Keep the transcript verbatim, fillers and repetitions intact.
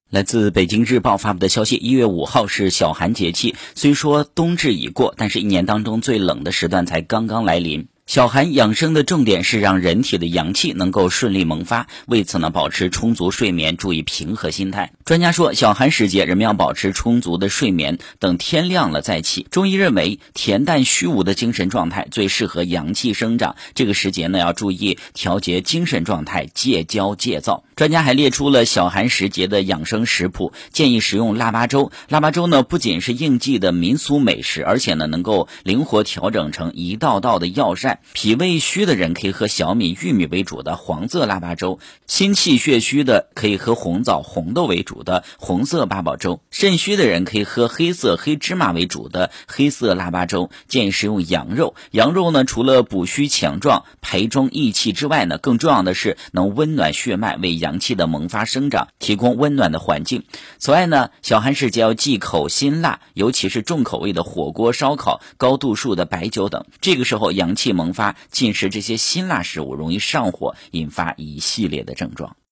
来自北京日报发布的消息，一月五号是小寒节气，虽说冬至已过，但是一年当中最冷的时段才刚刚来临。小寒养生的重点是让人体的阳气能够顺利萌发，为此呢，保持充足睡眠，注意平和心态。专家说，小寒时节人们要保持充足的睡眠，等天亮了再起。中医认为，恬淡虚无的精神状态最适合阳气生长，这个时节呢，要注意调节精神状态，戒骄戒躁。专家还列出了小寒时节的养生食谱，建议食用腊八粥。腊八粥呢，不仅是应季的民俗美食，而且呢，能够灵活调整成一道道的药膳。脾胃虚的人可以喝小米、玉米为主的黄色腊八粥，心气血虚的可以喝红枣、红豆为主的红色八宝粥，肾虚的人可以喝黑色黑芝麻为主的黑色腊八粥。建议食用羊肉，羊肉呢除了补虚强壮、培中益气之外呢，更重要的是能温暖血脉，为阳气的萌发生长提供温暖的环境。此外呢，小寒时节要忌口辛辣，尤其是重口味的火锅、烧烤、高度数的白酒等。这个时候阳气萌发，进食这些辛辣食物容易上火，引发一系列的症状。